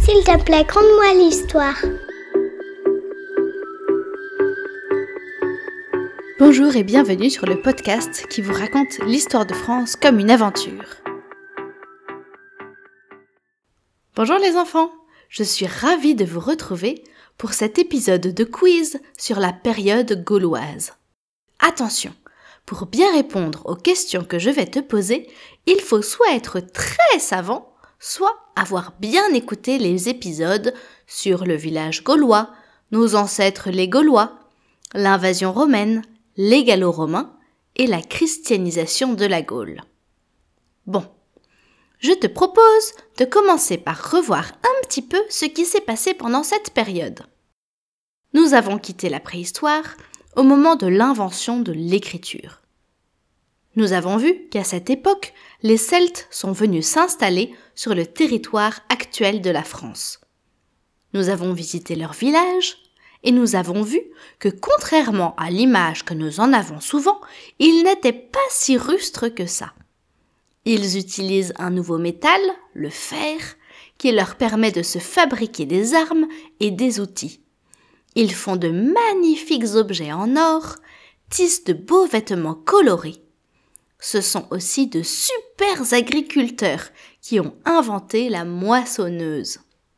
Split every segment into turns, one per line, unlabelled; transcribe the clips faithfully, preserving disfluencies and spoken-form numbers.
S'il te plaît, conte-moi l'histoire.
Bonjour et bienvenue sur le podcast qui vous raconte l'histoire de France comme une aventure. Bonjour les enfants, je suis ravie de vous retrouver pour cet épisode de quiz sur la période gauloise. Attention, pour bien répondre aux questions que je vais te poser, il faut soit être très savant, soit avoir bien écouté les épisodes sur le village gaulois, nos ancêtres les Gaulois, l'invasion romaine, les Gallo-Romains et la christianisation de la Gaule. Bon, je te propose de commencer par revoir un petit peu ce qui s'est passé pendant cette période. Nous avons quitté la préhistoire au moment de l'invention de l'écriture. Nous avons vu qu'à cette époque, les Celtes sont venus s'installer sur le territoire actuel de la France. Nous avons visité leur village et nous avons vu que contrairement à l'image que nous en avons souvent, ils n'étaient pas si rustres que ça. Ils utilisent un nouveau métal, le fer, qui leur permet de se fabriquer des armes et des outils. Ils font de magnifiques objets en or, tissent de beaux vêtements colorés. Ce sont aussi de super agriculteurs qui ont inventé la moissonneuse.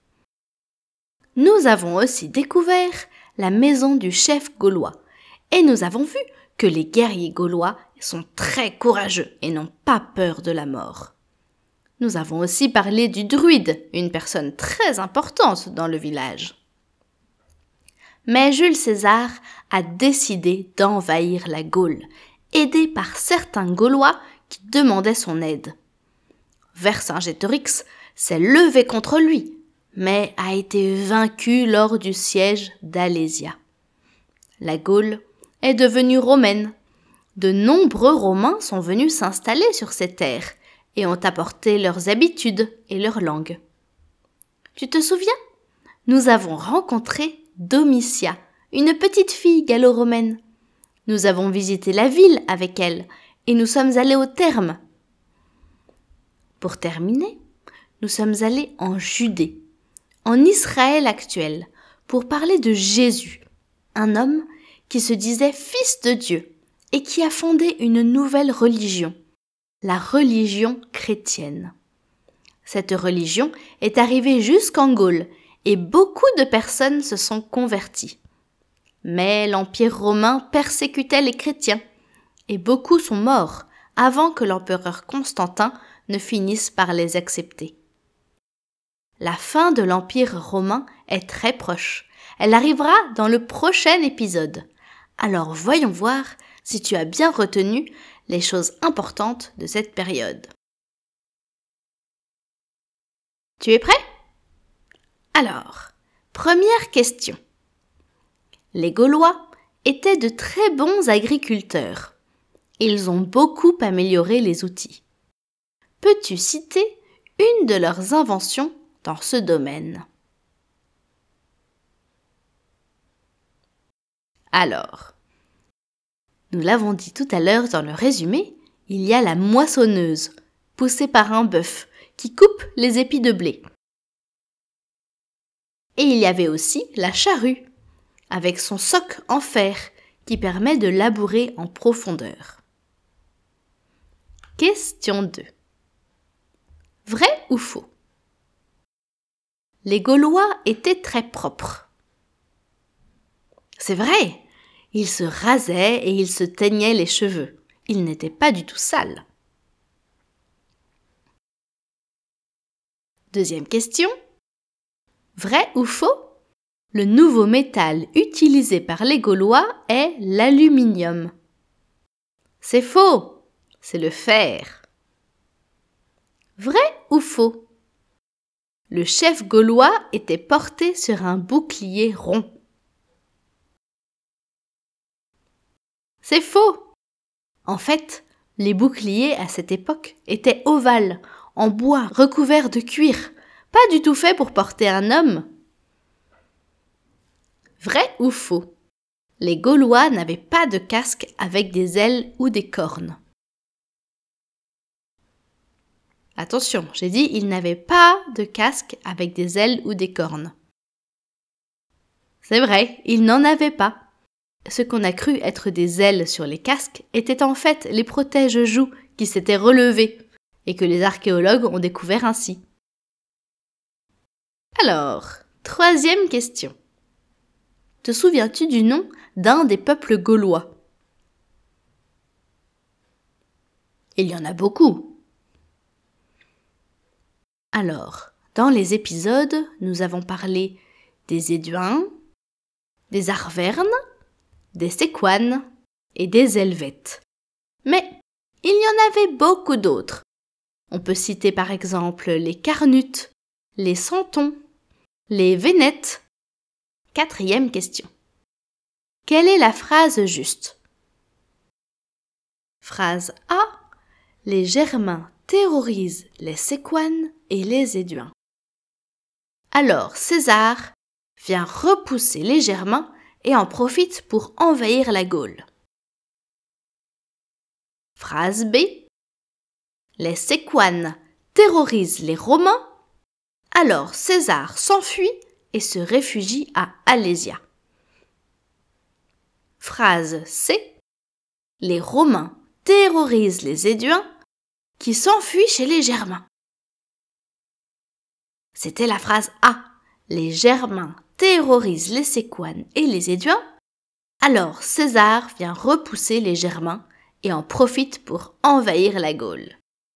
Nous avons aussi découvert la maison du chef gaulois et nous avons vu que les guerriers gaulois sont très courageux et n'ont pas peur de la mort. Nous avons aussi parlé du druide, une personne très importante dans le village. Mais Jules César a décidé d'envahir la Gaule, aidé par certains Gaulois qui demandaient son aide. Vercingétorix s'est levé contre lui, mais a été vaincu lors du siège d'Alésia. La Gaule est devenue romaine. De nombreux Romains sont venus s'installer sur ces terres et ont apporté leurs habitudes et leur langue. Tu te souviens ? Nous avons rencontré Domitia, une petite fille gallo-romaine. Nous avons visité la ville avec elle et nous sommes allés aux thermes. Pour terminer, nous sommes allés en Judée, en Israël actuel, pour parler de Jésus, un homme qui se disait fils de Dieu et qui a fondé une nouvelle religion, la religion chrétienne. Cette religion est arrivée jusqu'en Gaule et beaucoup de personnes se sont converties. Mais l'Empire romain persécutait les chrétiens et beaucoup sont morts avant que l'empereur Constantin ne finisse par les accepter. La fin de l'Empire romain est très proche. Elle arrivera dans le prochain épisode. Alors voyons voir si tu as bien retenu les choses importantes de cette période. Tu es prêt ? Alors, première question. Les Gaulois étaient de très bons agriculteurs. Ils ont beaucoup amélioré les outils. Peux-tu citer une de leurs inventions dans ce domaine ? Alors, nous l'avons dit tout à l'heure dans le résumé, il y a la moissonneuse, poussée par un bœuf, qui coupe les épis de blé. Et il y avait aussi la charrue, avec son soc en fer qui permet de labourer en profondeur. Question deux. Vrai ou faux ? Les Gaulois étaient très propres. C'est vrai, ils se rasaient et ils se teignaient les cheveux. Ils n'étaient pas du tout sales. Deuxième question. Vrai ou faux ? Le nouveau métal utilisé par les Gaulois est l'aluminium. C'est faux, c'est le fer. Vrai ou faux ? Le chef gaulois était porté sur un bouclier rond. C'est faux. En fait, les boucliers à cette époque étaient ovales, en bois recouvert de cuir, pas du tout faits pour porter un homme. Vrai ou faux ? Les Gaulois n'avaient pas de casque avec des ailes ou des cornes. Attention, j'ai dit ils n'avaient pas de casque avec des ailes ou des cornes. C'est vrai, ils n'en avaient pas. Ce qu'on a cru être des ailes sur les casques étaient en fait les protège-joues qui s'étaient relevés et que les archéologues ont découvert ainsi. Alors, troisième question. Te souviens-tu du nom d'un des peuples gaulois? Il y en a beaucoup. Alors, dans les épisodes, nous avons parlé des Éduins, des Arvernes, des Séquanes et des Helvètes. Mais il y en avait beaucoup d'autres. On peut citer par exemple les Carnutes, les Santons, les Vénètes. Quatrième question. Quelle est la phrase juste? Phrase A. Les Germains terrorisent les Séquanes et les Éduins. Alors César vient repousser les Germains et en profite pour envahir la Gaule. Phrase B. Les Séquanes terrorisent les Romains. Alors César s'enfuit et se réfugie à Alésia. Phrase C. Les Romains terrorisent les Éduins qui s'enfuient chez les Germains. C'était la phrase A. Les Germains terrorisent les Séquanes et les Éduins. Alors César vient repousser les Germains et en profite pour envahir la Gaule.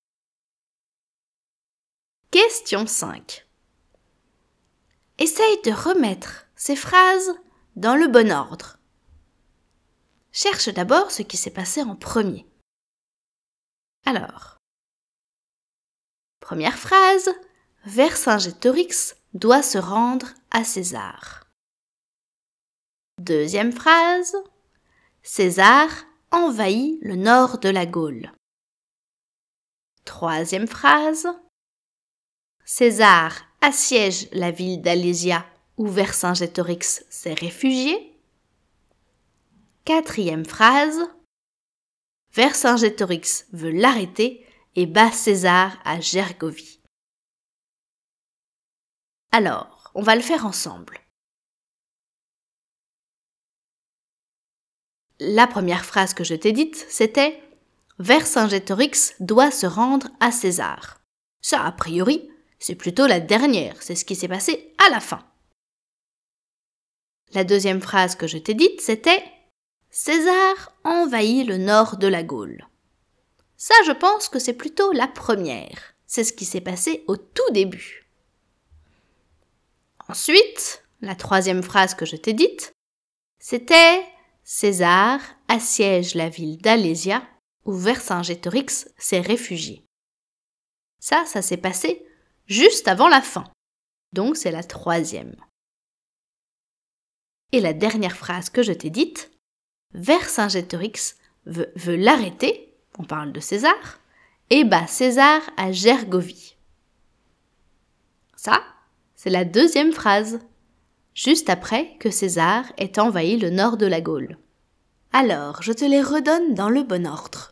Question cinq. Essaye de remettre ces phrases dans le bon ordre. Cherche d'abord ce qui s'est passé en premier. Alors, première phrase, Vercingétorix doit se rendre à César. Deuxième phrase, César envahit le nord de la Gaule. Troisième phrase, César assiège la ville d'Alésia où Vercingétorix s'est réfugié. Quatrième phrase, Vercingétorix veut l'arrêter et bat César à Gergovie. Alors, on va le faire ensemble. La première phrase que je t'ai dite, c'était « Vercingétorix doit se rendre à César ». Ça, a priori, c'est plutôt la dernière, c'est ce qui s'est passé à la fin. La deuxième phrase que je t'ai dite, c'était « César envahit le nord de la Gaule ». Ça, je pense que c'est plutôt la première, c'est ce qui s'est passé au tout début. Ensuite, la troisième phrase que je t'ai dite, c'était « César assiège la ville d'Alésia où Vercingétorix s'est réfugié ». Ça, ça s'est passé juste avant la fin. Donc, c'est la troisième. Et la dernière phrase que je t'ai dite, Vercingétorix veut, veut l'arrêter, on parle de César, et bat César à Gergovie. Ça, c'est la deuxième phrase, juste après que César ait envahi le nord de la Gaule. Alors, je te les redonne dans le bon ordre.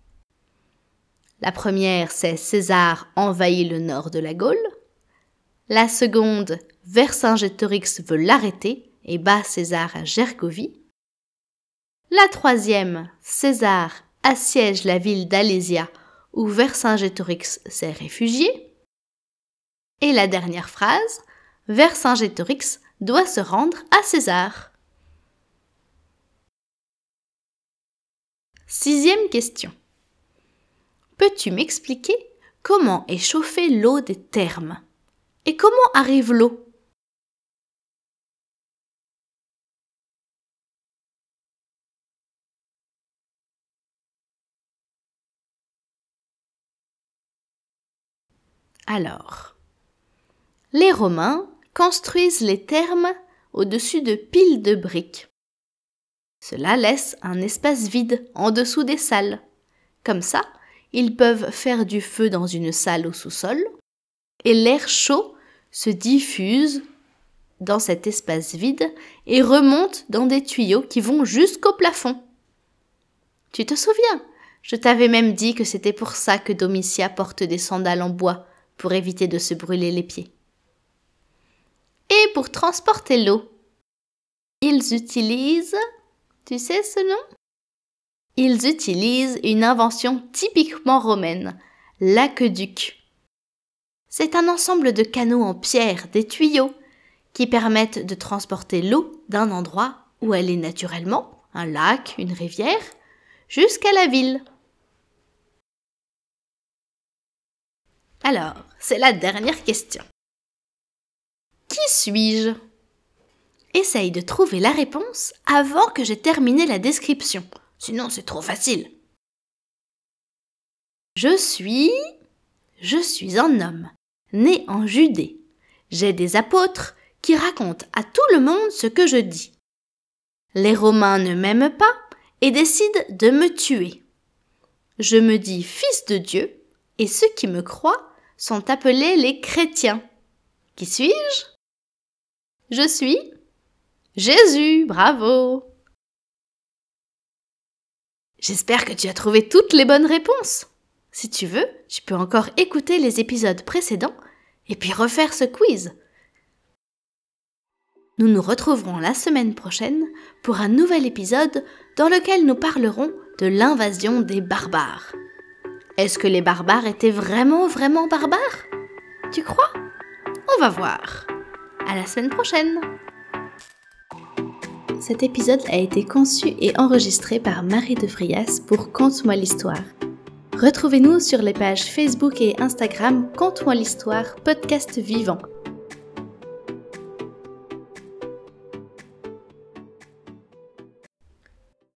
La première, c'est César envahit le nord de la Gaule. La seconde, Vercingétorix veut l'arrêter et bat César à Gergovie. La troisième, César assiège la ville d'Alésia où Vercingétorix s'est réfugié. Et la dernière phrase, Vercingétorix doit se rendre à César. Sixième question. Peux-tu m'expliquer comment est chauffée l'eau des thermes? Et comment arrive l'eau? Alors, les Romains construisent les thermes au-dessus de piles de briques. Cela laisse un espace vide en dessous des salles. Comme ça, ils peuvent faire du feu dans une salle au sous-sol et l'air chaud se diffuse dans cet espace vide et remonte dans des tuyaux qui vont jusqu'au plafond. Tu te souviens Je t'avais même dit que c'était pour ça que Domitia porte des sandales en bois, pour éviter de se brûler les pieds. Et pour transporter l'eau, ils utilisent, tu sais ce nom ? Ils utilisent une invention typiquement romaine, l'aqueduc. C'est un ensemble de canaux en pierre, des tuyaux, qui permettent de transporter l'eau d'un endroit où elle est naturellement, un lac, une rivière, jusqu'à la ville. Alors, c'est la dernière question. Qui suis-je ? Essaye de trouver la réponse avant que j'ai terminé la description, sinon c'est trop facile. Je suis... Je suis un homme, né en Judée. J'ai des apôtres qui racontent à tout le monde ce que je dis. Les Romains ne m'aiment pas et décident de me tuer. Je me dis fils de Dieu et ceux qui me croient sont appelés les chrétiens. Qui suis-je ? Je suis Jésus, bravo! J'espère que tu as trouvé toutes les bonnes réponses. Si tu veux, tu peux encore écouter les épisodes précédents et puis refaire ce quiz. Nous nous retrouverons la semaine prochaine pour un nouvel épisode dans lequel nous parlerons de l'invasion des barbares. Est-ce que les barbares étaient vraiment, vraiment barbares ? Tu crois ? On va voir. À la semaine prochaine. Cet épisode a été conçu et enregistré par Marie de Frias pour Conte-moi l'histoire. Retrouvez-nous sur les pages Facebook et Instagram Conte-moi l'histoire, podcast vivant.